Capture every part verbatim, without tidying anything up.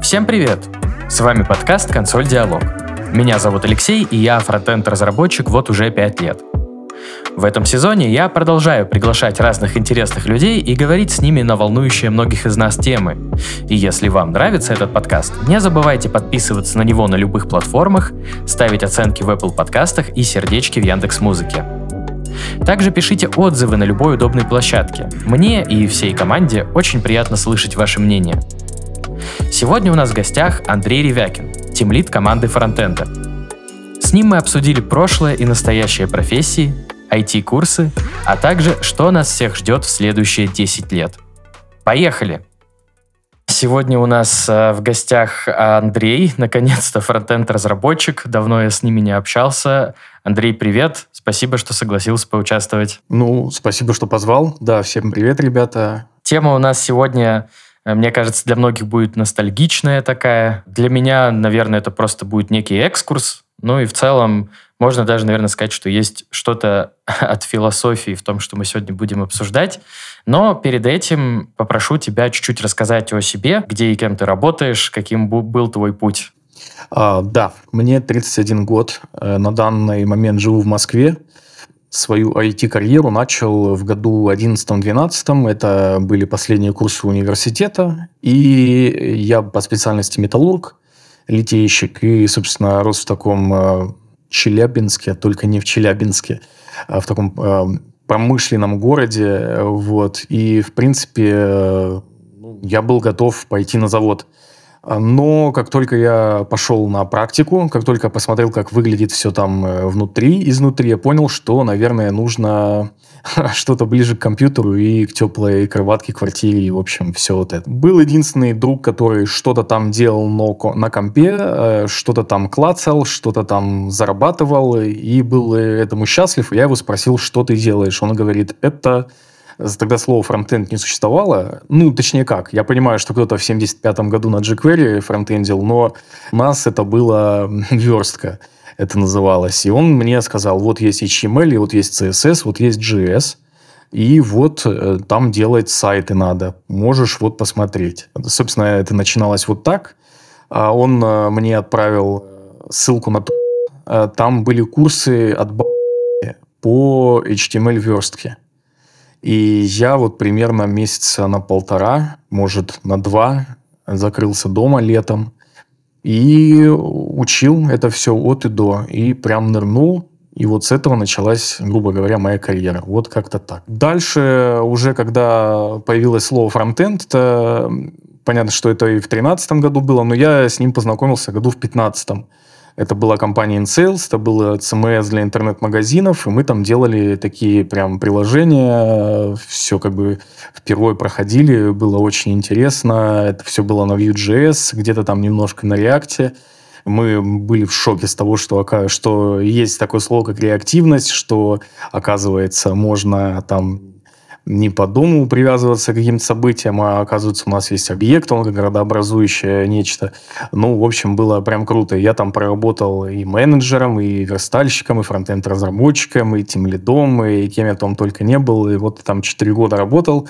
Всем привет! С вами подкаст «Консоль Диалог». Меня зовут Алексей, и я фронтенд-разработчик вот уже пять лет. В этом сезоне я продолжаю приглашать разных интересных людей и говорить с ними на волнующие многих из нас темы. И если вам нравится этот подкаст, не забывайте подписываться на него на любых платформах, ставить оценки в Apple подкастах и сердечки в Яндекс.Музыке. Также пишите отзывы на любой удобной площадке. Мне и всей команде очень приятно слышать ваше мнение. Сегодня у нас в гостях Андрей Ревякин, тимлид команды фронтенда. С ним мы обсудили прошлое и настоящее профессии, ай ти-курсы, а также, что нас всех ждет в следующие десять лет. Поехали! Сегодня у нас э, в гостях Андрей, наконец-то фронтенд-разработчик. Давно я с ними не общался. Андрей, привет. Спасибо, что согласился поучаствовать. Ну, спасибо, что позвал. Да, всем привет, ребята. Тема у нас сегодня, мне кажется, для многих будет ностальгичная такая. Для меня, наверное, это просто будет некий экскурс. Ну и в целом можно даже, наверное, сказать, что есть что-то от философии в том, что мы сегодня будем обсуждать. Но перед этим попрошу тебя чуть-чуть рассказать о себе, где и кем ты работаешь, каким был твой путь. А, да, мне тридцать один год. На данный момент живу в Москве. Свою ай ти-карьеру начал в году одиннадцатом-двенадцатом. Это были последние курсы университета. И я по специальности металлург, литейщик. И, собственно, рос в таком Челябинске, только не в Челябинске, а в таком промышленном городе. Вот. И, в принципе, я был готов пойти на завод. Но как только я пошел на практику, как только посмотрел, как выглядит все там внутри, изнутри, я понял, что, наверное, нужно что-то ближе к компьютеру и к теплой кроватке, квартире, и, в общем, все вот это. Был единственный друг, который что-то там делал на компе, что-то там клацал, что-то там зарабатывал, и был этому счастлив. Я его спросил, что ты делаешь? Он говорит, это... Тогда слово фронтенд не существовало. Ну, точнее как. Я понимаю, что кто-то в семьдесят пятом году на jQuery фронтендил, но у нас это было верстка. Это называлось. И он мне сказал, вот есть эйч ти эм эль, вот есть си эс эс, вот есть джей эс. И вот там делать сайты надо. Можешь вот посмотреть. Собственно, это начиналось вот так. Он мне отправил ссылку на то. Там были курсы от по эйч ти эм эль-верстке. И я вот примерно месяца на полтора, может, на два закрылся дома летом и учил это все от и до. И прям нырнул. И вот с этого началась, грубо говоря, моя карьера. Вот как-то так. Дальше уже, когда появилось слово «фронтенд», то понятно, что это и в тринадцатом году было, но я с ним познакомился году в пятнадцатом. Это была компания InSales, это было си эм эс для интернет-магазинов, и мы там делали такие прям приложения, все как бы впервые проходили, было очень интересно, это все было на Vue.js, где-то там немножко на React. Мы были в шоке с того, что, что есть такое слово, как реактивность, что, оказывается, можно там не по дому привязываться к каким-то событиям, а оказывается, у нас есть объект, он как градообразующее нечто. Ну, в общем, было прям круто. Я там проработал и менеджером, и верстальщиком, и фронтенд-разработчиком, и тимлидом, и кем я там только не был. И вот там четыре года работал.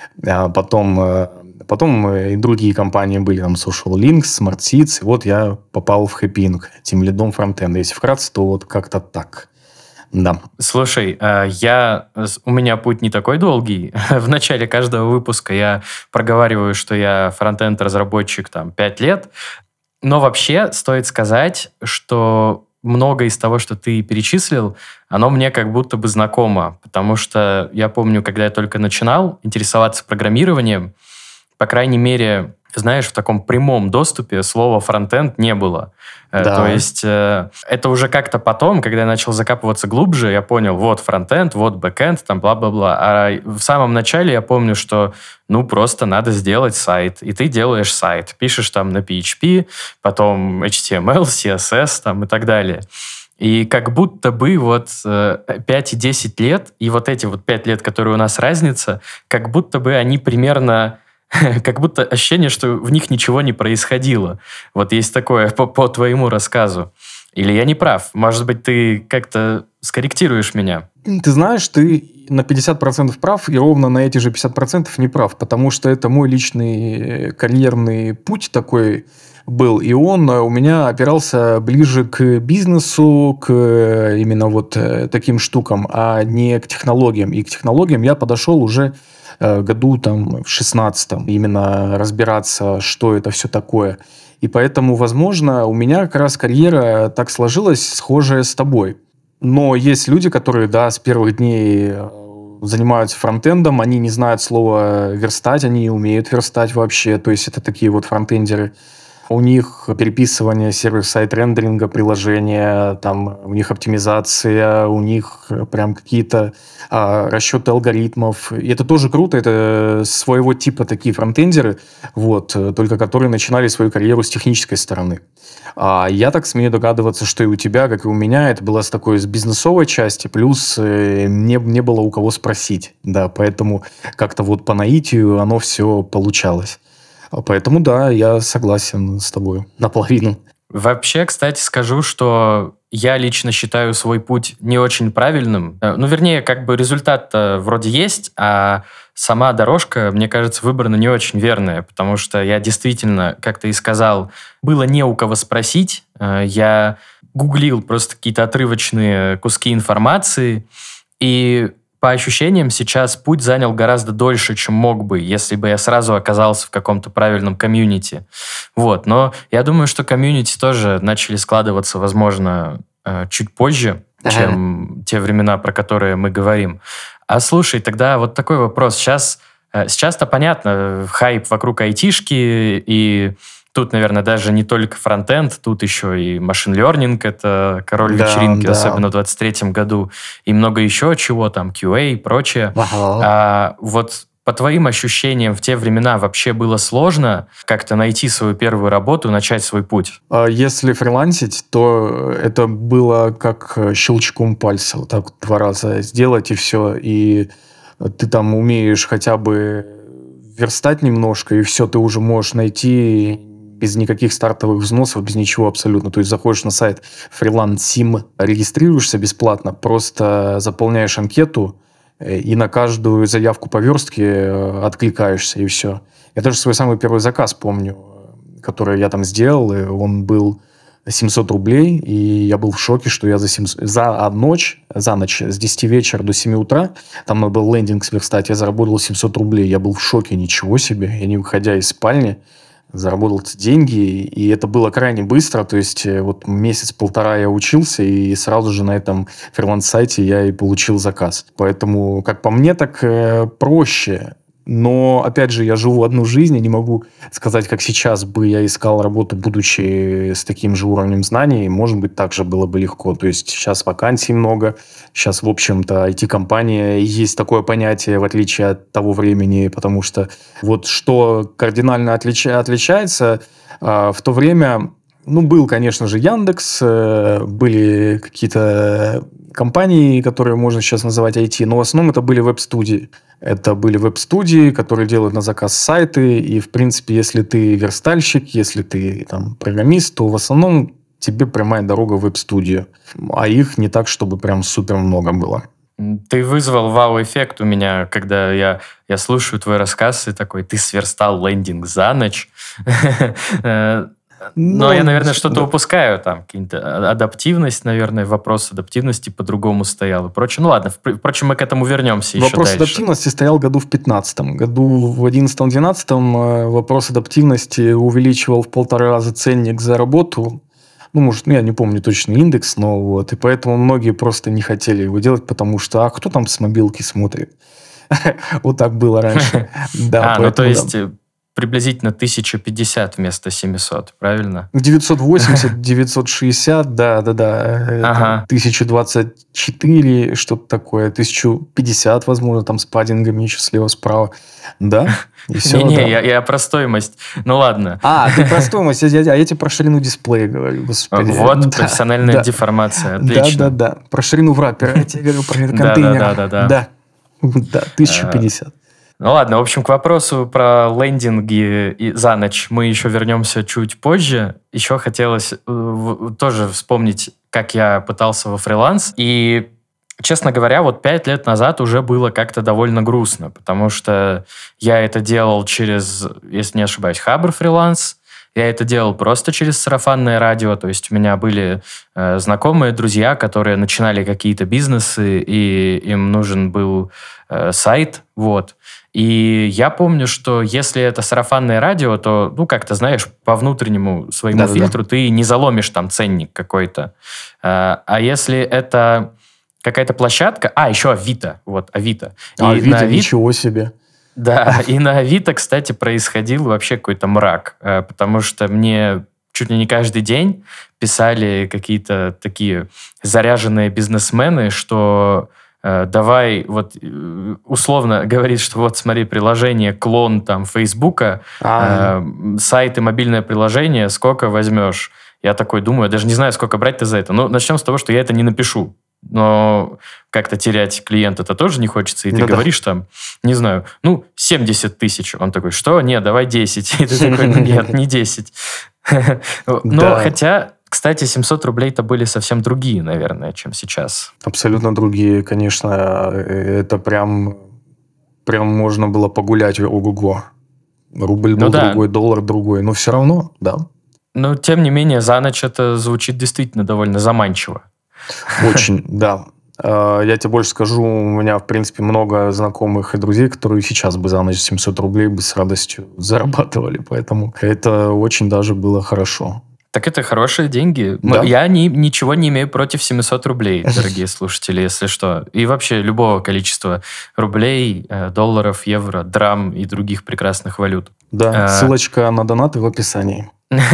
А потом, потом и другие компании были, там Social Links, SmartSeeds. И вот я попал в Happy Inc, тимлидом фронтенда. Если вкратце, то вот как-то так. Да. Слушай, я, у меня путь не такой долгий. В начале каждого выпуска я проговариваю, что я фронтенд-разработчик там пять лет. Но вообще стоит сказать, что многое из того, что ты перечислил, оно мне как будто бы знакомо. Потому что я помню, когда я только начинал интересоваться программированием, по крайней мере, знаешь, в таком прямом доступе слова «фронтенд» не было. Да. То есть э, это уже как-то потом, когда я начал закапываться глубже, я понял, вот фронтенд, вот бэкенд, там бла-бла-бла. А в самом начале я помню, что ну просто надо сделать сайт. И ты делаешь сайт. Пишешь там на пи эйч пи, потом эйч ти эм эль, си эс эс там, и так далее. И как будто бы вот пять и десять лет, и вот эти вот пять лет, которые у нас разница, как будто бы они примерно... Как будто ощущение, что в них ничего не происходило. Вот есть такое по, по твоему рассказу. Или я не прав? Может быть, ты как-то скорректируешь меня? Ты знаешь, ты на пятьдесят процентов прав, и ровно на эти же пятьдесят процентов не прав, потому что это мой личный карьерный путь такой был, и он у меня опирался ближе к бизнесу, к именно вот таким штукам, а не к технологиям. И к технологиям я подошел уже году там в шестнадцатом, именно разбираться, что это все такое. И поэтому, возможно, у меня как раз карьера так сложилась, схожая с тобой. Но есть люди, которые, да, с первых дней занимаются фронтендом, они не знают слова «верстать», они не умеют верстать вообще. То есть это такие вот фронтендеры. У них переписывание сервер-сайт рендеринга приложения, там у них оптимизация, у них прям какие-то а, расчеты алгоритмов. И это тоже круто, это своего типа такие фронтендеры, вот, только которые начинали свою карьеру с технической стороны. А я так смею догадываться, что и у тебя, как и у меня, это было с такой с бизнесовой части, плюс э, не, не было у кого спросить. Да, поэтому как-то вот по наитию оно все получалось. Поэтому, да, я согласен с тобой наполовину. Вообще, кстати, скажу, что я лично считаю свой путь не очень правильным. Ну, вернее, как бы результат-то вроде есть, а сама дорожка, мне кажется, выбрана не очень верная, потому что я действительно, как ты и сказал, было не у кого спросить. Я гуглил просто какие-то отрывочные куски информации, и по ощущениям, сейчас путь занял гораздо дольше, чем мог бы, если бы я сразу оказался в каком-то правильном комьюнити. Вот. Но я думаю, что комьюнити тоже начали складываться, возможно, чуть позже, ага. чем те времена, про которые мы говорим. А слушай, тогда вот такой вопрос. Сейчас, сейчас-то понятно, хайп вокруг айтишки, и тут, наверное, даже не только фронтенд, тут еще и машин-лернинг, это король да, вечеринки, да. особенно в двадцать третьем году, и много еще чего, там, кью эй и прочее. Ага. А, вот по твоим ощущениям, в те времена вообще было сложно как-то найти свою первую работу, начать свой путь? Если фрилансить, то это было как щелчком пальца, вот так два раза сделать и все, и ты там умеешь хотя бы верстать немножко, и все, ты уже можешь найти без никаких стартовых взносов, без ничего абсолютно. То есть заходишь на сайт Freelance.sim, регистрируешься бесплатно, просто заполняешь анкету и на каждую заявку по верстке откликаешься, и все. Я даже свой самый первый заказ помню, который я там сделал, и он был семьсот рублей, и я был в шоке, что я за, семьсот, за ночь, за ночь с десяти вечера до семи утра, там надо был лендинг сверстать, я заработал семьсот рублей. Я был в шоке, ничего себе. Я не выходя из спальни, заработал эти деньги, и это было крайне быстро, то есть вот месяц-полтора я учился, и сразу же на этом фриланс-сайте я и получил заказ. Поэтому, как по мне, так э, проще. Но, опять же, я живу одну жизнь, и не могу сказать, как сейчас бы я искал работу, будучи с таким же уровнем знаний. Может быть, так же было бы легко. То есть сейчас вакансий много. Сейчас, в общем-то, ай ти-компания, есть такое понятие, в отличие от того времени, потому что вот что кардинально отлича- отличается, э, в то время... Ну, был, конечно же, Яндекс, э, были какие-то компании, которые можно сейчас называть ай ти, но в основном это были веб-студии. Это были веб-студии, которые делают на заказ сайты, и, в принципе, если ты верстальщик, если ты там программист, то в основном тебе прямая дорога в веб-студию. А их не так, чтобы прям супер много было. Ты вызвал вау-эффект у меня, когда я, я слушаю твой рассказ, и такой, ты сверстал лендинг за ночь. Но ну, я, наверное, что-то да. упускаю. Там какие-то адаптивность, наверное, вопрос адаптивности по-другому стоял и прочее. Ну ладно, впрочем, мы к этому вернемся еще вопрос дальше. Вопрос адаптивности стоял году в пятнадцатом. Году в одиннадцатом-двенадцатом вопрос адаптивности увеличивал в полтора раза ценник за работу. Ну, может, ну, я не помню точный индекс, но вот. И поэтому многие просто не хотели его делать, потому что, а кто там с мобилки смотрит? Вот так было раньше. А, ну то есть... приблизительно тысяча пятьдесят вместо семисот, правильно? девятьсот восемьдесят, девятьсот шестьдесят, да-да-да. Ага. тысяча двадцать четыре, что-то такое. тысяча пятьдесят, возможно, там с паддингами еще слева-справа. Да? Не-не, да. я, я про стоимость. Ну ладно. А, ты про стоимость, а я тебе про ширину дисплея говорю, господи. Вот, да, профессиональная да. деформация, отлично. Да-да-да, про ширину враппера, я тебе говорю, про контейнер. Да-да-да. Да, да, тысяча пятьдесят. Ну ладно, в общем, к вопросу про лендинги и за ночь мы еще вернемся чуть позже. Еще хотелось э, тоже вспомнить, как я пытался во фриланс. И, честно говоря, вот пять лет назад уже было как-то довольно грустно, потому что я это делал через, если не ошибаюсь, Хабр фриланс. Я это делал просто через сарафанное радио, то есть у меня были э, знакомые, друзья, которые начинали какие-то бизнесы, и им нужен был э, сайт, вот. И я помню, что если это сарафанное радио, то, ну, как-то, знаешь, по внутреннему своему Да-да-да. фильтру ты не заломишь там ценник какой-то. А, а если это какая-то площадка... А, еще Авито, вот, Авито. А, Авито, Авито, ничего себе. Да, и на Авито, кстати, происходил вообще какой-то мрак, потому что мне чуть ли не каждый день писали какие-то такие заряженные бизнесмены, что э, давай, вот условно говорит, что вот смотри, приложение клон там Фейсбука, э, сайт и мобильное приложение, сколько возьмешь? Я такой думаю, я даже не знаю, сколько брать-то за это. Ну, начнем с того, что я это не напишу. Но как-то терять клиента-то тоже не хочется. И ты ну, говоришь да. там, не знаю, ну, семьдесят тысяч. Он такой, что? Нет, давай десять. И ты такой, нет, не десять. Но хотя, кстати, семьсот рублей-то были совсем другие, наверное, чем сейчас. Абсолютно другие, конечно. Это прям, прям можно было погулять. Ого-го. Рубль был другой, доллар другой. Но все равно, да. Но, тем не менее, за ночь это звучит действительно довольно заманчиво. Очень, да. Я тебе больше скажу, у меня, в принципе, много знакомых и друзей, которые сейчас бы за ночь семьсот рублей бы с радостью зарабатывали, поэтому это очень даже было хорошо. Так это хорошие деньги. Да? Я ни, ничего не имею против семьсот рублей, дорогие слушатели, если что. И вообще любого количества рублей, долларов, евро, драм и других прекрасных валют. Да, ссылочка на донаты в описании.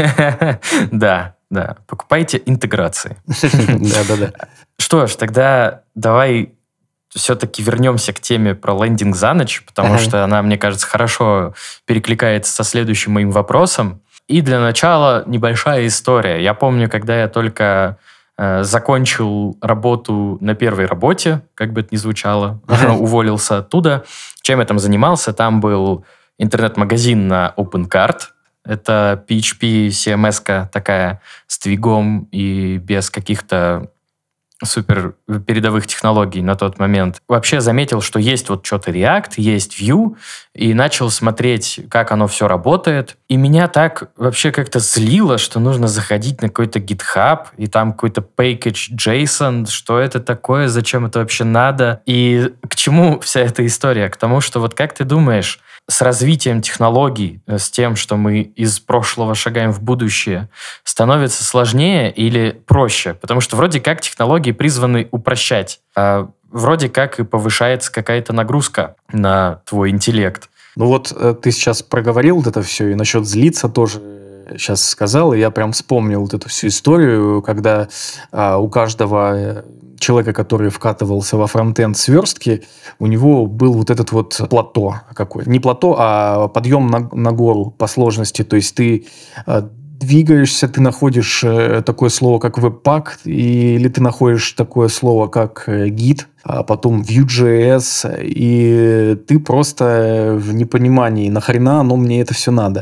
Да. Да, покупайте интеграции. Да-да-да. Что ж, тогда давай все-таки вернемся к теме про лендинг за ночь, потому ага. что она, мне кажется, хорошо перекликается со следующим моим вопросом. И для начала небольшая история. Я помню, когда я только э, закончил работу на первой работе, как бы это ни звучало, ага. уволился оттуда. Чем я там занимался? Там был интернет-магазин на OpenCart. Это пи эйч пи си эм эс-ка такая с твигом и без каких-то супер передовых технологий на тот момент. Вообще заметил, что есть вот что-то React, есть Vue, и начал смотреть, как оно все работает. И меня так вообще как-то злило, что нужно заходить на какой-то GitHub, и там какой-то package JSON, что это такое, зачем это вообще надо. И к чему вся эта история? К тому, что вот как ты думаешь, с развитием технологий, с тем, что мы из прошлого шагаем в будущее, становится сложнее или проще? Потому что вроде как технологии призваны упрощать, а вроде как и повышается какая-то нагрузка на твой интеллект. Ну вот ты сейчас проговорил вот это все, и насчет злиться тоже сейчас сказал, и я прям вспомнил вот эту всю историю, когда а, у каждого человека, который вкатывался во фронтенд сверстки, у него был вот этот вот плато какой. Не плато, а подъем на, на гору по сложности. То есть ты а, двигаешься, ты находишь а, такое слово, как веб-пак, или ты находишь такое слово, как гид, а потом Vue.js, и ты просто в непонимании, нахрена оно мне это все надо.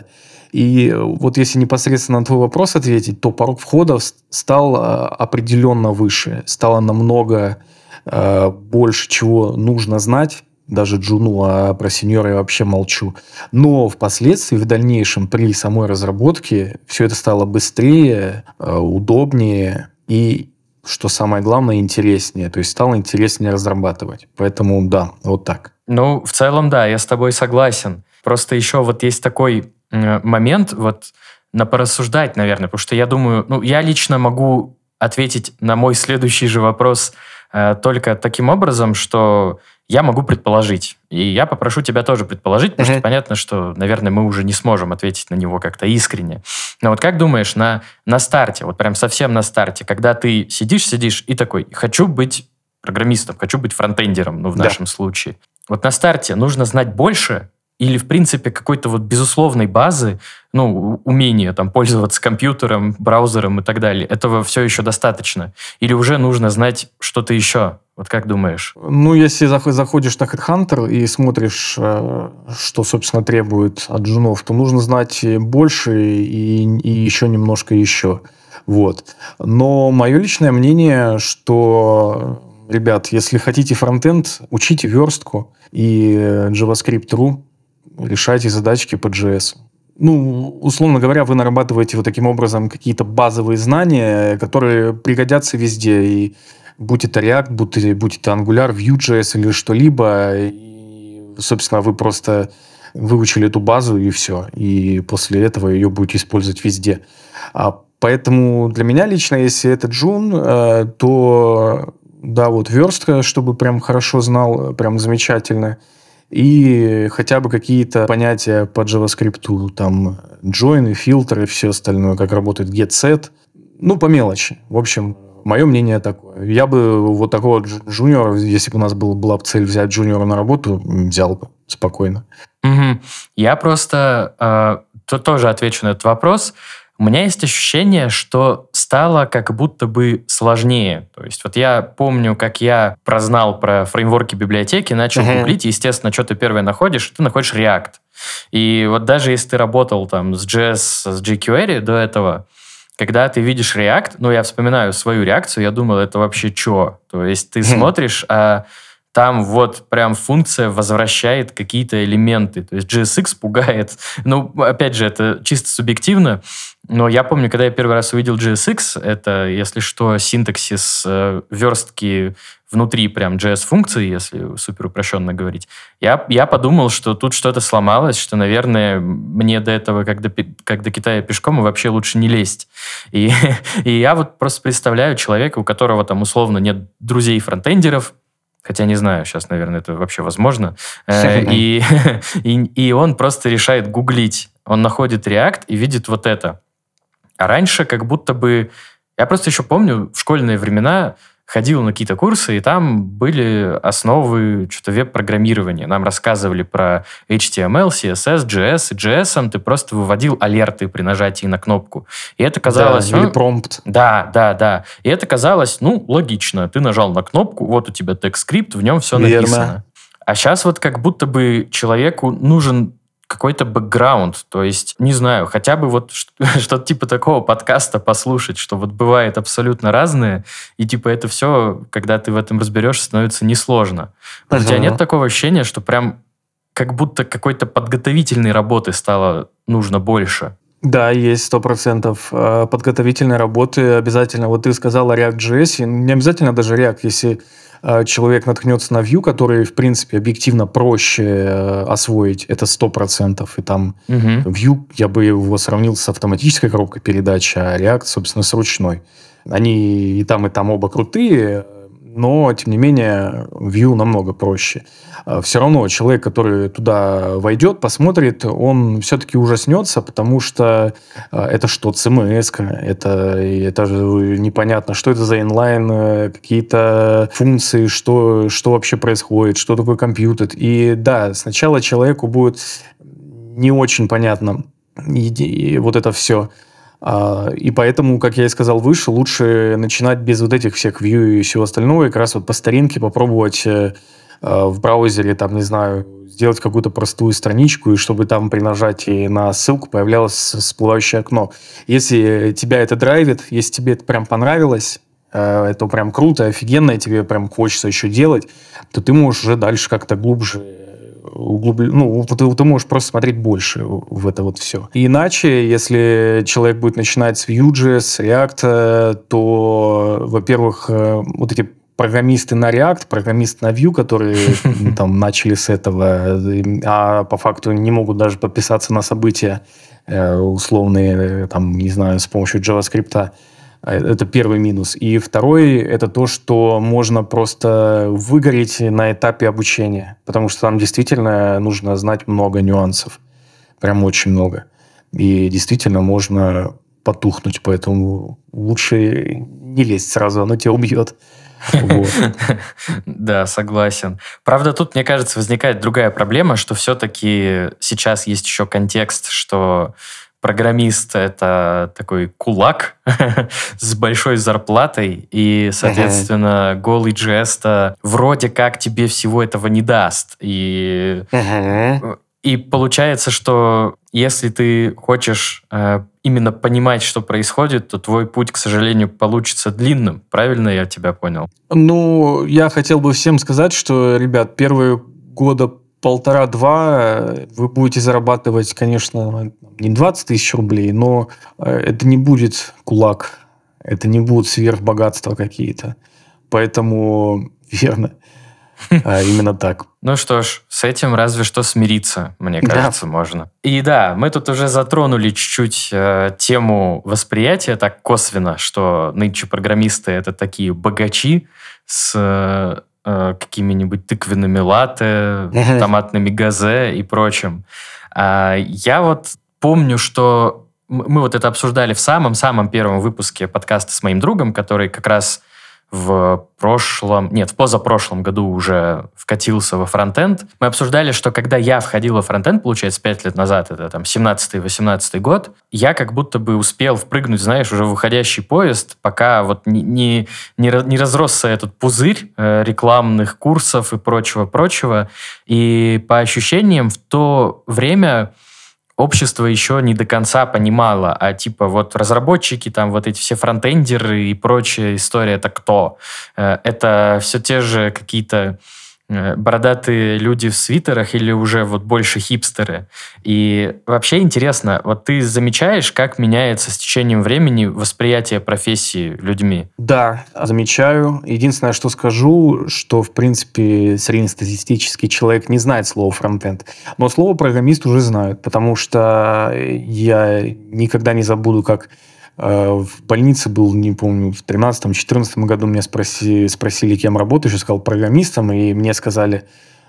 И вот если непосредственно на твой вопрос ответить, то порог входа стал определенно выше, стало намного э, больше, чего нужно знать, даже джуну, а про сеньора я вообще молчу. Но впоследствии, в дальнейшем, при самой разработке, все это стало быстрее, э, удобнее и, что самое главное, интереснее. То есть стало интереснее разрабатывать. Поэтому да, вот так. Ну, в целом, да, я с тобой согласен. Просто еще вот есть такой момент, вот на порассуждать, наверное, потому что я думаю, ну, я лично могу ответить на мой следующий же вопрос э, только таким образом, что я могу предположить. И я попрошу тебя тоже предположить, потому uh-huh. что понятно, что, наверное, мы уже не сможем ответить на него как-то искренне. Но вот как думаешь, на, на старте, вот прям совсем на старте, когда ты сидишь-сидишь и такой, хочу быть программистом, хочу быть фронтендером, ну, в да. нашем случае. Вот на старте нужно знать больше Или, в принципе, какой-то вот безусловной базы, ну, умения там пользоваться компьютером, браузером и так далее, этого все еще достаточно? Или уже нужно знать что-то еще? Вот как думаешь? Ну, если зах- заходишь на HeadHunter и смотришь, э, что, собственно, требует от джунов, то нужно знать больше и, и еще немножко еще. Вот. Но мое личное мнение, что, ребят, если хотите фронтенд, учите верстку и JavaScript.ru, решайте задачки по джей эс. Ну, условно говоря, вы нарабатываете вот таким образом какие-то базовые знания, которые пригодятся везде. И будь это React, будь, будь это Angular, Vue.js или что-либо, и, собственно, вы просто выучили эту базу и все. И после этого ее будете использовать везде. А поэтому для меня лично, если это джун, э, то да, вот верстка, чтобы прям хорошо знал, прям замечательно. И хотя бы какие-то понятия по JavaScript, там, join, фильтры и все остальное, как работает get-set. Ну, по мелочи. В общем, мое мнение такое. Я бы вот такого джуниора, если бы у нас был, была бы цель взять джуниора на работу, взял бы спокойно. Угу. Я просто э, то, тоже отвечу на этот вопрос. У меня есть ощущение, что стало как будто бы сложнее. То есть вот я помню, как я прознал про фреймворки библиотеки, начал uh-huh. гуглить, и, естественно, что ты первое находишь, ты находишь React. И вот даже если ты работал там с джей эс, с jQuery до этого, когда ты видишь React, ну, я вспоминаю свою реакцию, я думал, это вообще что? То есть ты uh-huh. смотришь, а там вот прям функция возвращает какие-то элементы. То есть джей эс икс пугает. Ну, опять же, это чисто субъективно. Но я помню, когда я первый раз увидел джей эс икс, это, если что, синтаксис э, верстки внутри прям джей эс-функции, если супер упрощенно говорить, я, я подумал, что тут что-то сломалось, что, наверное, мне до этого, как до, как до Китая пешком, вообще лучше не лезть. И, и я вот просто представляю человека, у которого там условно нет друзей-фронтендеров, хотя не знаю, сейчас, наверное, это вообще возможно. И, и, и он просто решает гуглить. Он находит React и видит вот это. А раньше как будто бы... Я просто еще помню, в школьные времена ходил на какие-то курсы, и там были основы что-то веб-программирования. Нам рассказывали про эйч ти эм эл, си эс эс, джей эс. И джей эс ты просто выводил алерты при нажатии на кнопку. И это казалось... Да, ну, или промпт. Да, да, да. И это казалось, ну, логично. Ты нажал на кнопку, вот у тебя текст-скрипт, в нем все Верно. написано. А сейчас вот как будто бы человеку нужен какой-то бэкграунд, то есть, не знаю, хотя бы вот что-то типа такого подкаста послушать, что вот бывает абсолютно разное, и типа это все, когда ты в этом разберешься, становится несложно. Uh-huh. У тебя нет такого ощущения, что прям как будто какой-то подготовительной работы стало нужно больше? Да, есть сто процентов подготовительной работы обязательно. Вот ты сказал о React.js, не обязательно даже React, если человек наткнется на Vue, который, в принципе, объективно проще освоить, это сто процентов. И там uh-huh. Vue, я бы его сравнил с автоматической коробкой передач, а React, собственно, с ручной. Они и там, и там оба крутые, но, тем не менее, Vue намного проще. Все равно человек, который туда войдет, посмотрит, он все-таки ужаснется, потому что это что, си эм эс, это, это же непонятно, что это за инлайн, какие-то функции, что, что вообще происходит, что такое компьютер. И да, сначала человеку будет не очень понятно и, и вот это все. И поэтому, как я и сказал выше, лучше начинать без вот этих всех Vue и всего остального, и как раз вот по старинке попробовать в браузере, там, не знаю, сделать какую-то простую страничку, и чтобы там при нажатии на ссылку появлялось всплывающее окно. Если тебя это драйвит, если тебе это прям понравилось, это прям круто, офигенно, и тебе прям хочется еще делать, то ты можешь уже дальше как-то глубже углублен... ну, ты, ты можешь просто смотреть больше в это вот все. И иначе, если человек будет начинать с Vue.js, React, то, во-первых, вот эти программисты на React, программисты на Vue, которые там начали с этого, а по факту не могут даже подписаться на события условные, там, не знаю, с помощью JavaScript. Это первый минус. И второй – это то, что можно просто выгореть на этапе обучения, потому что там действительно нужно знать много нюансов, прям очень много. И действительно можно потухнуть, поэтому лучше не лезть сразу, оно тебя убьет. Вот. Да, согласен. Правда, тут, мне кажется, возникает другая проблема, что все-таки сейчас есть еще контекст, что программист — это такой кулак с большой зарплатой, и, соответственно, голый джей эс-то вроде как тебе всего этого не даст. И, и получается, что если ты хочешь э, именно понимать, что происходит, то твой путь, к сожалению, получится длинным. Правильно я тебя понял? Ну, я хотел бы всем сказать, что, ребят, первые года полтора-два вы будете зарабатывать, конечно, не двадцать тысяч рублей, но это не будет кулак, это не будут сверхбогатства какие-то. Поэтому, верно, именно так. Ну что ж, с этим разве что смириться, мне кажется, да. можно. И да, мы тут уже затронули чуть-чуть э, тему восприятия так косвенно, что нынче программисты — это такие богачи с э, какими-нибудь тыквенными латте, томатными газе и прочим. А я вот помню, что мы вот это обсуждали в самом-самом первом выпуске подкаста с моим другом, который как раз в прошлом, нет, в позапрошлом году уже вкатился во фронтенд. Мы обсуждали, что когда я входил во фронтенд, получается, пять лет назад, это там семнадцатый-восемнадцатый год, я как будто бы успел впрыгнуть, знаешь, уже в выходящий поезд, пока вот не, не, не разросся этот пузырь э, рекламных курсов и прочего-прочего. И по ощущениям в то время общество еще не до конца понимало, а типа вот разработчики, там вот эти все фронтендеры и прочая история, это кто? Это все те же какие-то бородатые люди в свитерах или уже вот больше хипстеры? И вообще интересно, вот ты замечаешь, как меняется с течением времени восприятие профессии людьми? Да, замечаю. Единственное, что скажу, что, в принципе, среднестатистический человек не знает слова «фронтенд». Но слово «программист» уже знают, потому что я никогда не забуду, как в больнице был, не помню, в тринадцатом-четырнадцатом году меня спроси, спросили, кем работаешь, я сказал программистом, и мне сказали: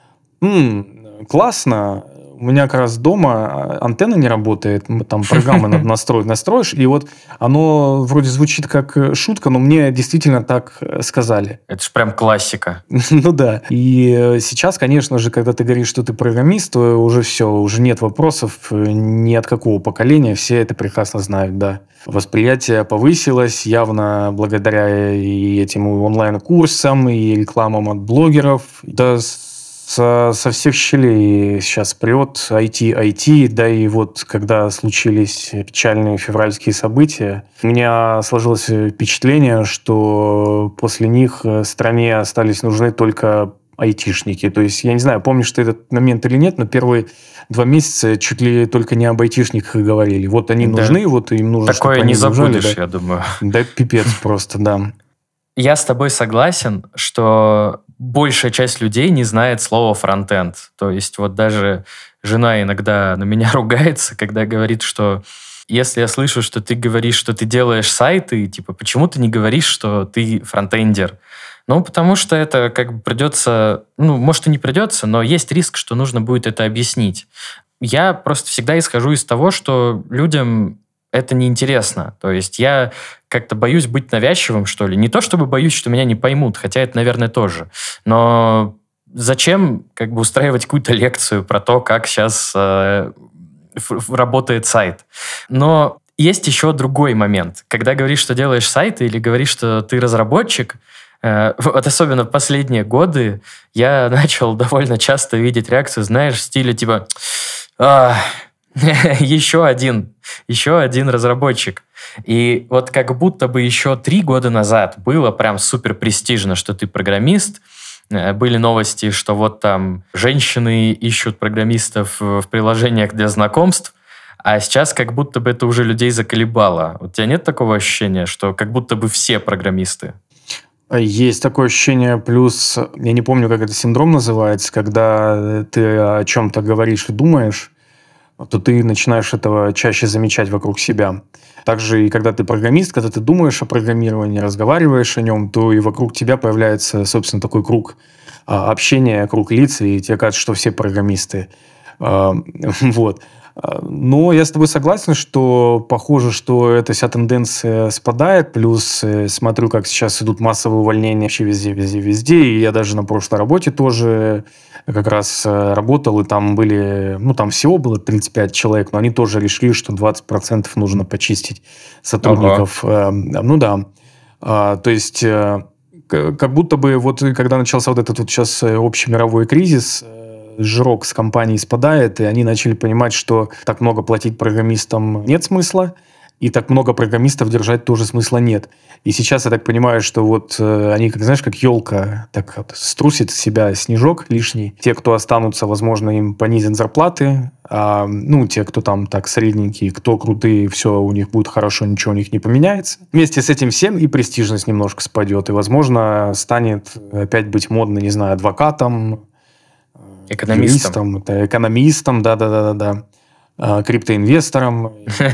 «М, классно, у меня как раз дома антенна не работает, там программы надо настроить, настроишь», и вот оно вроде звучит как шутка, но мне действительно так сказали. Это же прям классика. Ну да. И сейчас, конечно же, когда ты говоришь, что ты программист, то уже все, уже нет вопросов ни от какого поколения, все это прекрасно знают, да. Восприятие повысилось явно благодаря и этим онлайн-курсам, и рекламам от блогеров. Да, со, со всех щелей сейчас прет ай ти, ай ти, да и вот когда случились печальные февральские события, у меня сложилось впечатление, что после них стране остались нужны только айтишники. То есть, я не знаю, помнишь ты этот момент или нет, но первые два месяца чуть ли только не об айтишниках говорили. Вот они да. нужны, вот им нужно, такое чтобы не они забудешь, забужали, да. я думаю. Да, пипец просто, да. Я с тобой согласен, что большая часть людей не знает слова «фронтенд». То есть вот даже жена иногда на меня ругается, когда говорит, что если я слышу, что ты говоришь, что ты делаешь сайты, типа, почему ты не говоришь, что ты фронтендер? Ну, потому что это как бы придется... Ну, может, и не придется, но есть риск, что нужно будет это объяснить. Я просто всегда исхожу из того, что людям это неинтересно. То есть я как-то боюсь быть навязчивым, что ли. Не то чтобы боюсь, что меня не поймут, хотя это, наверное, тоже. Но зачем как бы устраивать какую-то лекцию про то, как сейчас э, работает сайт? Но есть еще другой момент. Когда говоришь, что делаешь сайты, или говоришь, что ты разработчик, э, вот особенно в последние годы я начал довольно часто видеть реакцию, знаешь, в стиле типа... еще один, еще один разработчик. И вот как будто бы еще три года назад было прям супер престижно, что ты программист. Были новости, что вот там женщины ищут программистов в приложениях для знакомств, а сейчас как будто бы это уже людей заколебало. У тебя нет такого ощущения, что как будто бы все программисты? Есть такое ощущение, плюс, я не помню, как это синдром называется, когда ты о чем-то говоришь и думаешь, то ты начинаешь этого чаще замечать вокруг себя. Также и когда ты программист, когда ты думаешь о программировании, разговариваешь о нем, то и вокруг тебя появляется, собственно, такой круг общения, круг лиц, и тебе кажется, что все программисты. Вот. Но я с тобой согласен, что похоже, что эта вся тенденция спадает. Плюс смотрю, как сейчас идут массовые увольнения вообще везде, везде, везде. И я даже на прошлой работе тоже как раз работал, и там были, ну, там всего было тридцать пять человек, но они тоже решили, что двадцать процентов нужно почистить сотрудников. Ага. Ну да. То есть, как будто бы вот когда начался вот этот вот сейчас общемировой кризис, жирок с компаний спадает, и они начали понимать, что так много платить программистам нет смысла, и так много программистов держать тоже смысла нет. И сейчас я так понимаю, что вот э, они, как знаешь, как елка, так вот струсит с себя снежок лишний. Те, кто останутся, возможно, им понизят зарплаты, а, ну, те, кто там так средненькие, кто крутые, все у них будет хорошо, ничего у них не поменяется. Вместе с этим всем и престижность немножко спадет, и, возможно, станет опять быть модно, не знаю, адвокатом, экономистом, юристом, экономистом, да-да-да-да, криптоинвестором,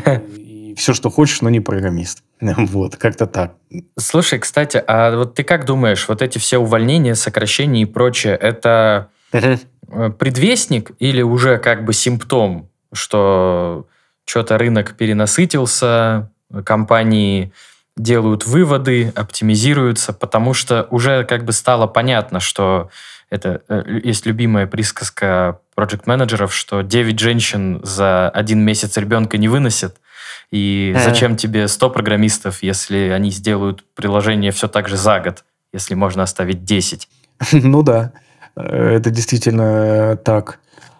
и все, что хочешь, но не программист. Вот, как-то так. Слушай, кстати, а вот ты как думаешь, вот эти все увольнения, сокращения и прочее, это предвестник или уже как бы симптом, что что-то рынок перенасытился, компании делают выводы, оптимизируются, потому что уже как бы стало понятно, что это есть любимая присказка проект-менеджеров, что девять женщин за один месяц ребенка не выносят. И зачем тебе сто программистов, если они сделают приложение все так же за год, если можно оставить десять? Ну да, это действительно так.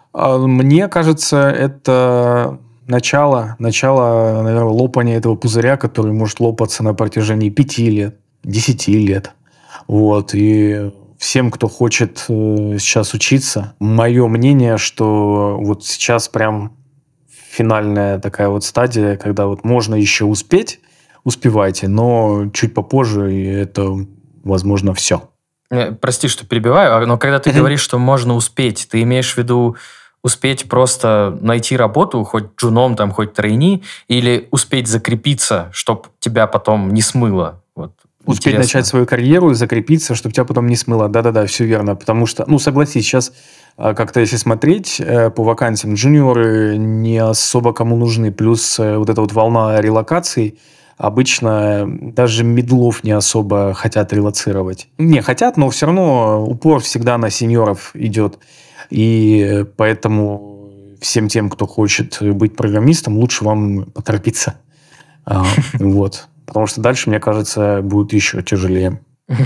Мне кажется, это начало, начало, наверное, лопания этого пузыря, который может лопаться на протяжении пяти лет, десяти лет. Вот, и всем, кто хочет сейчас учиться, мое мнение, что вот сейчас прям финальная такая вот стадия, когда вот можно еще успеть, успевайте, но чуть попозже, и это, возможно, все. Прости, что перебиваю, но когда ты mm-hmm. говоришь, что можно успеть, ты имеешь в виду успеть просто найти работу, хоть джуном, там, хоть трейни, или успеть закрепиться, чтобы тебя потом не смыло? Вот. Успеть Интересно. начать свою карьеру и закрепиться, чтобы тебя потом не смыло. Да-да-да, все верно. Потому что, ну, согласись, сейчас как-то если смотреть по вакансиям, джуниоры не особо кому нужны. Плюс вот эта вот волна релокаций, обычно даже мидлов не особо хотят релоцировать. Не хотят, но все равно упор всегда на сеньоров идет. И поэтому всем тем, кто хочет быть программистом, лучше вам поторопиться. Вот. Потому что дальше, мне кажется, будет еще тяжелее.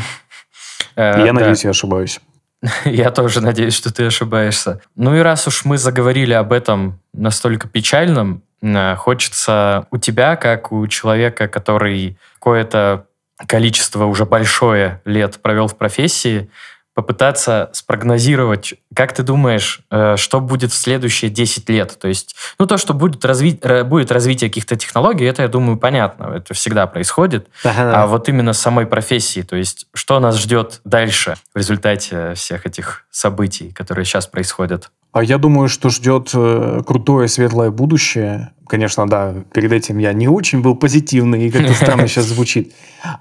Я надеюсь, я ошибаюсь. Я тоже надеюсь, что ты ошибаешься. Ну и раз уж мы заговорили об этом настолько печальном, хочется у тебя, как у человека, который какое-то количество уже большое лет провел в профессии, попытаться спрогнозировать, как ты думаешь, что будет в следующие десять лет? То есть, ну, то, что будет, разви... будет развитие каких-то технологий, это, я думаю, понятно, это всегда происходит. Ага. А вот именно самой профессии, то есть, что нас ждет дальше в результате всех этих событий, которые сейчас происходят? А я думаю, что ждет крутое, светлое будущее. Конечно, да, перед этим я не очень был позитивный, и как-то странно сейчас звучит.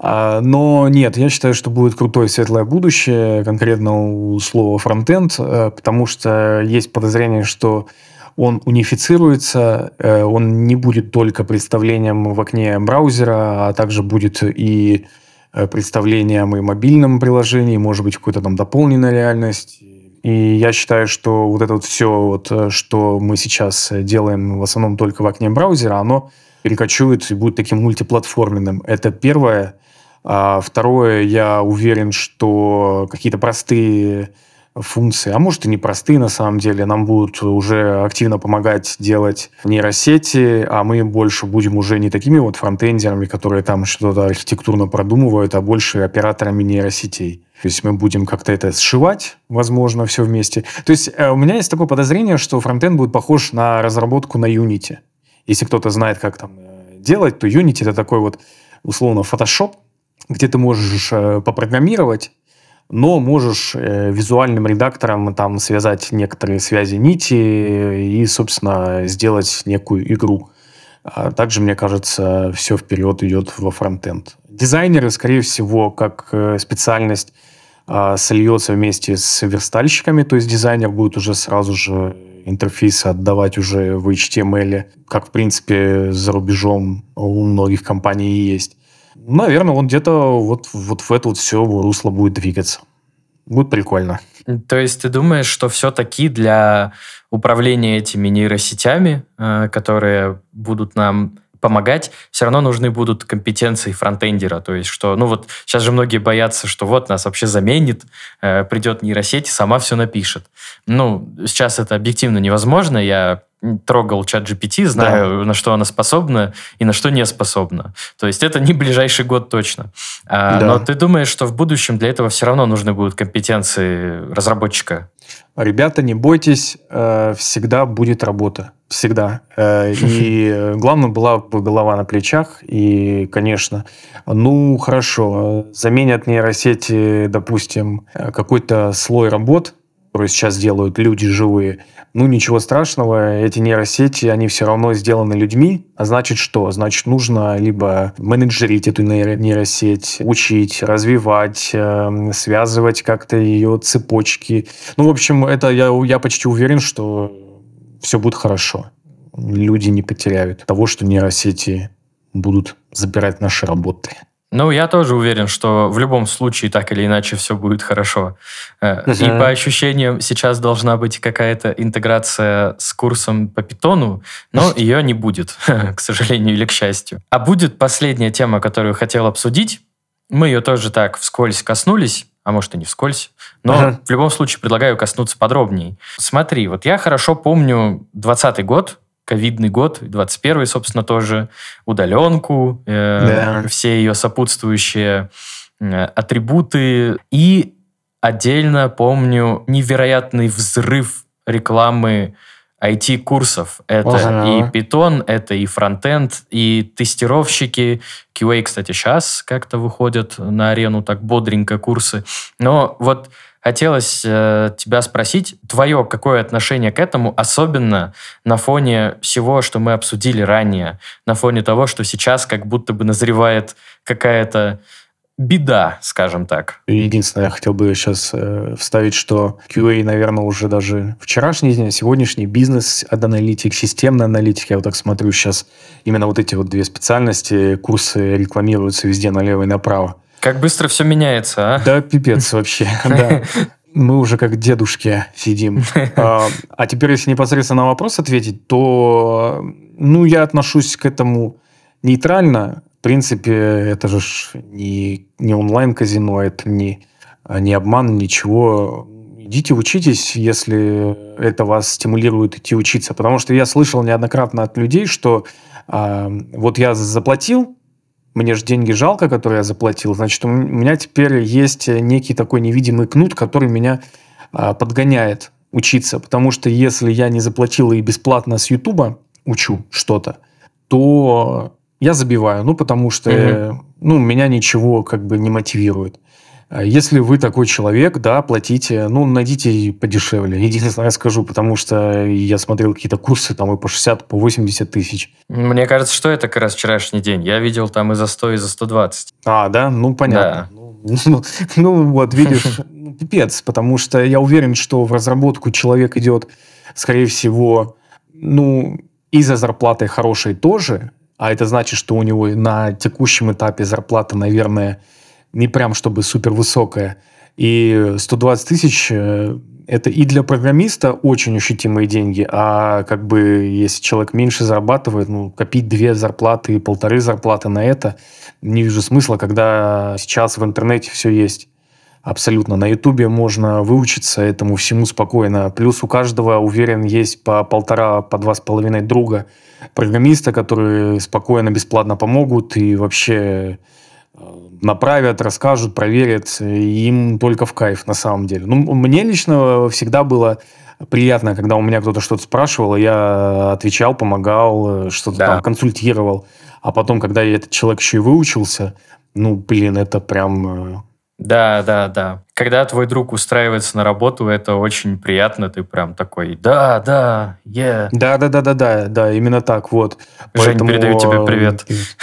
Но нет, я считаю, что будет крутое, светлое будущее, конкретно у слова фронтенд, потому что есть подозрение, что он унифицируется, он не будет только представлением в окне браузера, а также будет и представлением и мобильном приложении, может быть, какой-то там дополненная реальность. И я считаю, что вот это вот все, вот, что мы сейчас делаем в основном только в окне браузера, оно перекочует и будет таким мультиплатформенным. Это первое. А второе, я уверен, что какие-то простые функции, а может и не простые на самом деле, нам будут уже активно помогать делать нейросети, а мы больше будем уже не такими вот фронтендерами, которые там что-то архитектурно продумывают, а больше операторами нейросетей. То есть мы будем как-то это сшивать, возможно, все вместе. То есть у меня есть такое подозрение, что фронтенд будет похож на разработку на Unity. Если кто-то знает, как там делать, то Unity — это такой вот, условно, Photoshop, где ты можешь попрограммировать, но можешь э, визуальным редактором там связать некоторые связи нити и, собственно, сделать некую игру. А также, мне кажется, все вперед идет во фронтенд. Дизайнеры, скорее всего, как э, специальность э, сольется вместе с верстальщиками, то есть дизайнер будет уже сразу же интерфейсы отдавать уже в эйч ти эм эл, как, в принципе, за рубежом у многих компаний есть. Наверное, он где-то вот, вот в это вот все русло будет двигаться. Будет прикольно. То есть ты думаешь, что все-таки для управления этими нейросетями, э, которые будут нам помогать, все равно нужны будут компетенции фронтендера. То есть, что, ну вот, сейчас же многие боятся, что вот нас вообще заменит, э, придет нейросеть и сама все напишет. Ну, сейчас это объективно невозможно. Я трогал чат джи пи ти, знаю, да. на что она способна и на что не способна. То есть, это не ближайший год точно. А, да. Но ты думаешь, что в будущем для этого все равно нужны будут компетенции разработчика? Ребята, не бойтесь, всегда будет работа. Всегда. И главное, была бы голова на плечах. И, конечно, ну, хорошо, заменят нейросети, допустим, какой-то слой работ, которые сейчас делают люди живые. Ну, ничего страшного, эти нейросети, они все равно сделаны людьми. А значит что? Значит, нужно либо менеджерить эту нейросеть, учить, развивать, связывать как-то ее цепочки. Ну, в общем, это я, я почти уверен, что все будет хорошо. Люди не потеряют того, что нейросети будут забирать наши работы. Ну, я тоже уверен, что в любом случае так или иначе все будет хорошо. Uh-huh. И по ощущениям сейчас должна быть какая-то интеграция с курсом по питону, но ее не будет, к сожалению или к счастью. А будет последняя тема, которую хотел обсудить. Мы ее тоже так вскользь коснулись, а может и не вскользь, но uh-huh. в любом случае предлагаю коснуться подробней. Смотри, вот я хорошо помню двадцатый год, ковидный год, двадцать первый, собственно, тоже, удаленку, э, yeah. все ее сопутствующие э, атрибуты. И отдельно помню невероятный взрыв рекламы ай ти-курсов. Это uh-huh. и Python, это и фронтенд, и тестировщики. кью эй, кстати, сейчас как-то выходят на арену так бодренько курсы. Но вот хотелось э, тебя спросить, твое какое отношение к этому, особенно на фоне всего, что мы обсудили ранее, на фоне того, что сейчас как будто бы назревает какая-то беда, скажем так. Единственное, я хотел бы сейчас э, вставить, что кью эй, наверное, уже даже вчерашний день, сегодняшний бизнес-аналитик, системный аналитик, я вот так смотрю сейчас, именно вот эти вот две специальности, курсы рекламируются везде налево и направо. Как быстро все меняется, а? Да, пипец вообще, да. Мы уже как дедушки сидим. А, а теперь, если непосредственно на вопрос ответить, то ну, я отношусь к этому нейтрально. В принципе, это же не, не онлайн-казино, это не, не обман, ничего. Идите учитесь, если это вас стимулирует идти учиться. Потому что я слышал неоднократно от людей, что а, вот я заплатил, мне же деньги жалко, которые я заплатил, значит, у меня теперь есть некий такой невидимый кнут, который меня а, подгоняет учиться. Потому что если я не заплатил и бесплатно с Ютуба учу что-то, то я забиваю. Ну, потому что угу. ну, меня ничего как бы не мотивирует. Если вы такой человек, да, платите, ну, найдите подешевле. Единственное, я скажу, потому что я смотрел какие-то курсы, там и по шестьдесят, по восемьдесят тысяч. Мне кажется, что это как раз вчерашний день. Я видел там и за сто, и за сто двадцать. А, да? Ну, понятно. Да. Ну, ну, вот, видишь, пипец, потому что я уверен, что в разработку человек идет, скорее всего, ну, и за зарплатой хорошей тоже, а это значит, что у него на текущем этапе зарплата, наверное, не прям чтобы супер высокая. И сто двадцать тысяч – это и для программиста очень ощутимые деньги, а как бы если человек меньше зарабатывает, ну, копить две зарплаты и полторы зарплаты на это, не вижу смысла, когда сейчас в интернете все есть. Абсолютно. На Ютубе можно выучиться этому всему спокойно. Плюс у каждого, уверен, есть по полтора, по два с половиной друга программиста, которые спокойно, бесплатно помогут и вообще направят, расскажут, проверят. И им только в кайф на самом деле. Ну, мне лично всегда было приятно, когда у меня кто-то что-то спрашивал, я отвечал, помогал, что-то да. там консультировал. А потом, когда этот человек еще и выучился, ну, блин, это прям... Да, да, да. Когда твой друг устраивается на работу, это очень приятно. Ты прям такой, да, да, yeah. Да, да, да, да, да, да, именно так, вот. Женя, Поэтому... передаю тебе привет.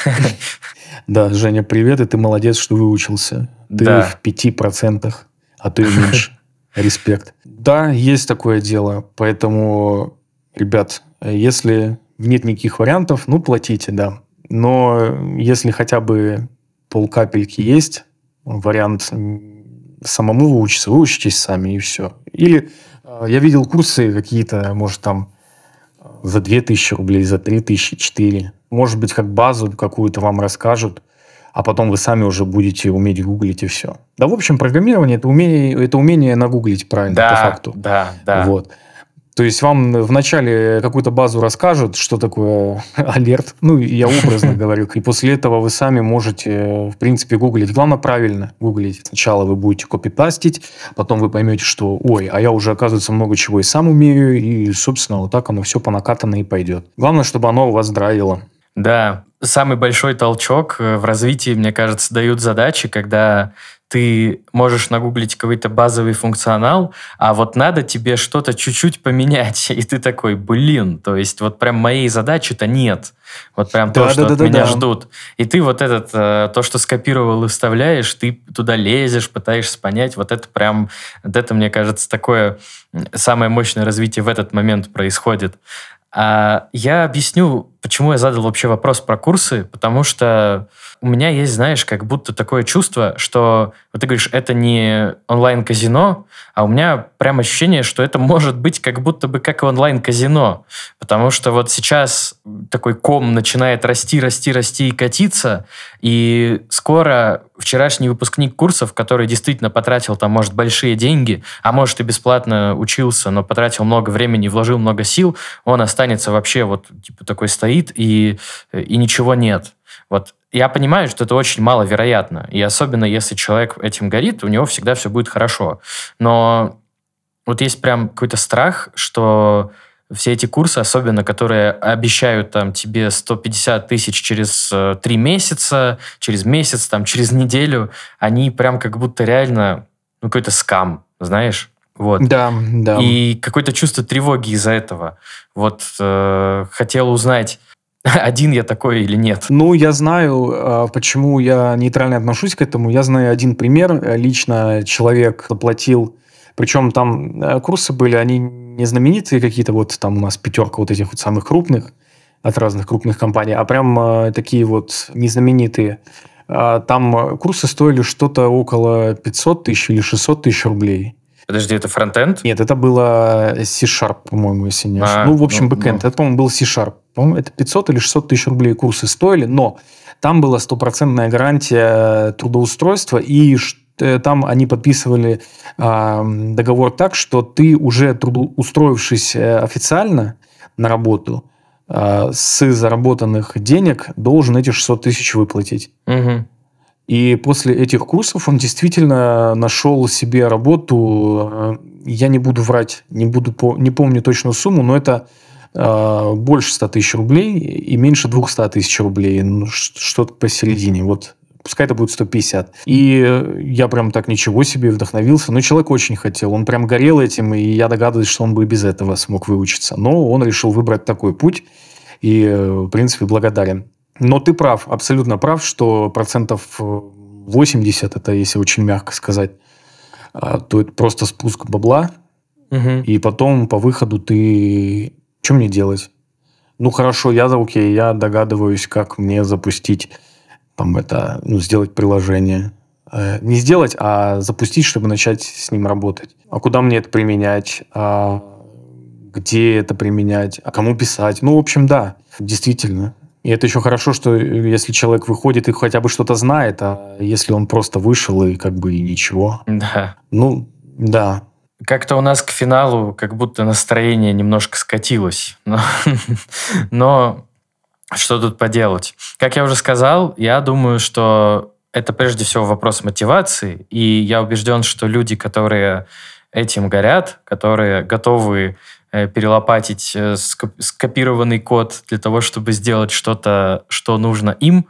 Да, Женя, привет, и ты молодец, что выучился. Ты в пяти процентах, а то и меньше. Респект. Да, есть такое дело. Поэтому, ребят, если нет никаких вариантов, ну, платите, да. Но если хотя бы полкапельки есть, вариант самому выучиться, вы учитесь сами, и все. Или я видел курсы какие-то, может, там за две тысячи рублей, за три тысячи, четыре. Может быть, как базу какую-то вам расскажут, а потом вы сами уже будете уметь гуглить и все. Да, в общем, программирование – это умение, это умение нагуглить правильно, да, по факту. Да, да. Вот. То есть вам вначале какую-то базу расскажут, что такое алерт, ну, я образно говорю, и после этого вы сами можете, в принципе, гуглить. Главное, правильно гуглить. Сначала вы будете копипастить, потом вы поймете, что, ой, а я уже, оказывается, много чего и сам умею, и, собственно, вот так оно все по накатанной и пойдет. Главное, чтобы оно у вас драйвило. Да, самый большой толчок в развитии, мне кажется, дают задачи, когда ты можешь нагуглить какой-то базовый функционал, а вот надо тебе что-то чуть-чуть поменять, и ты такой, блин, то есть вот прям моей задачи-то нет. Вот прям да, то, что да, от да, меня да. ждут. И ты вот этот, то, что скопировал и вставляешь, ты туда лезешь, пытаешься понять, вот это прям, вот это, мне кажется, такое самое мощное развитие в этот момент происходит. А я объясню, почему я задал вообще вопрос про курсы, потому что у меня есть, знаешь, как будто такое чувство, что, вот ты говоришь, это не онлайн-казино, а у меня прям ощущение, что это может быть как будто бы как и онлайн-казино, потому что вот сейчас такой ком начинает расти, расти, расти и катиться, и скоро вчерашний выпускник курсов, который действительно потратил там, может, большие деньги, а может, и бесплатно учился, но потратил много времени, вложил много сил, он останется вообще вот типа такой стоит, и, и ничего нет. Вот я понимаю, что это очень маловероятно, и особенно если человек этим горит, у него всегда все будет хорошо. Но вот есть прям какой-то страх, что все эти курсы, особенно которые обещают там, тебе сто пятьдесят тысяч через э, три месяца, через месяц, там, через неделю, они прям как будто реально ну, какой-то скам, знаешь? Вот. Да, да. И какое-то чувство тревоги из-за этого. Вот э, хотел узнать, один я такой или нет? Ну, я знаю, почему я нейтрально отношусь к этому. Я знаю один пример. Лично человек заплатил, причем там курсы были, они не знаменитые какие-то, вот там у нас пятерка вот этих вот самых крупных от разных крупных компаний, а прям такие вот незнаменитые. Там курсы стоили что-то около пятьсот тысяч или шестьсот тысяч рублей. Подожди, это фронтенд? Нет, это было C-Sharp, по-моему, если не ошибаюсь. А, ну, в общем, ну, бэкэнд. ну. Это, по-моему, был C-Sharp. По-моему, это пятьсот или шестьсот тысяч рублей курсы стоили, но там была стопроцентная гарантия трудоустройства, и там они подписывали э, договор так, что ты уже трудоустроившись официально на работу, э, с заработанных денег должен эти шестьсот тысяч выплатить. Угу. И после этих курсов он действительно нашел себе работу. Я не буду врать, не, буду, не помню точную сумму, но это э, больше ста тысяч рублей и меньше двухсот тысяч рублей. Ну, что-то посередине. Вот пускай это будет сто пятьдесят. И я прям так ничего себе вдохновился. Но человек очень хотел. Он прям горел этим, и я догадываюсь, что он бы и без этого смог выучиться. Но он решил выбрать такой путь. И, в принципе, благодарен. Но ты прав, абсолютно прав, что процентов восемьдесят, это если очень мягко сказать, то это просто спуск бабла, угу. И потом по выходу ты... Что мне делать? Ну, хорошо, я окей, я догадываюсь, как мне запустить, там, это, ну, сделать приложение. Не сделать, а запустить, чтобы начать с ним работать. А куда мне это применять? А где это применять? А кому писать? Ну, в общем, да, действительно. И это еще хорошо, что если человек выходит и хотя бы что-то знает, а если он просто вышел и как бы и ничего. Да. Ну, да. Как-то у нас к финалу как будто настроение немножко скатилось. Но, но что тут поделать? Как я уже сказал, я думаю, что это прежде всего вопрос мотивации. И я убежден, что люди, которые этим горят, которые готовы перелопатить скопированный код для того, чтобы сделать что-то, что нужно им,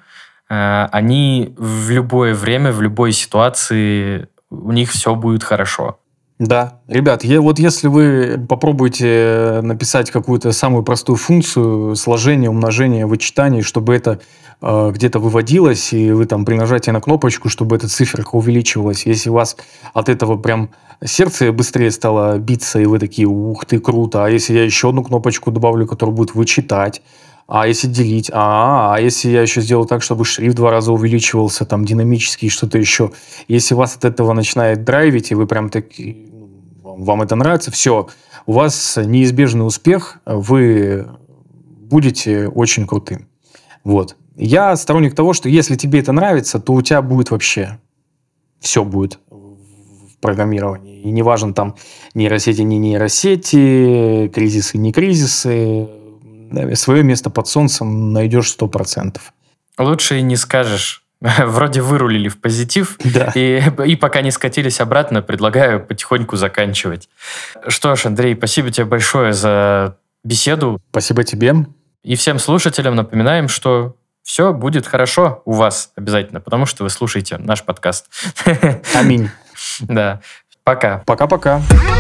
они в любое время, в любой ситуации, у них все будет хорошо. Да, ребят, я, вот если вы попробуете написать какую-то самую простую функцию сложения, умножения, вычитания, чтобы это э, где-то выводилось, и вы там при нажатии на кнопочку, чтобы эта циферка увеличивалась, если у вас от этого прям сердце быстрее стало биться, и вы такие, ух ты, круто, а если я еще одну кнопочку добавлю, которая будет вычитать, а если делить, а, а если я еще сделаю так, чтобы шрифт в два раза увеличивался, там, динамически, что-то еще. Если вас от этого начинает драйвить, и вы прям такие, вам это нравится, все, у вас неизбежный успех, вы будете очень крутым. Вот. Я сторонник того, что если тебе это нравится, то у тебя будет вообще все будет в программировании. И не важно там нейросети, не нейросети, кризисы, не кризисы. Свое место под солнцем найдешь сто процентов. Лучше и не скажешь. Вроде вырулили в позитив, да. и, и пока не скатились обратно, предлагаю потихоньку заканчивать. Что ж, Андрей, спасибо тебе большое за беседу. Спасибо тебе. И всем слушателям напоминаем, что все будет хорошо у вас обязательно, потому что вы слушаете наш подкаст. Аминь. Да. Пока. Пока-пока.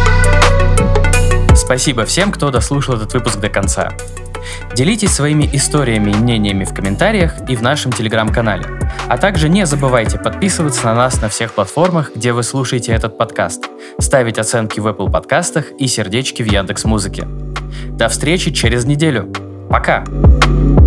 Спасибо всем, кто дослушал этот выпуск до конца. Делитесь своими историями и мнениями в комментариях и в нашем телеграм-канале. А также не забывайте подписываться на нас на всех платформах, где вы слушаете этот подкаст, ставить оценки в Apple подкастах и сердечки в Яндекс.Музыке. До встречи через неделю. Пока!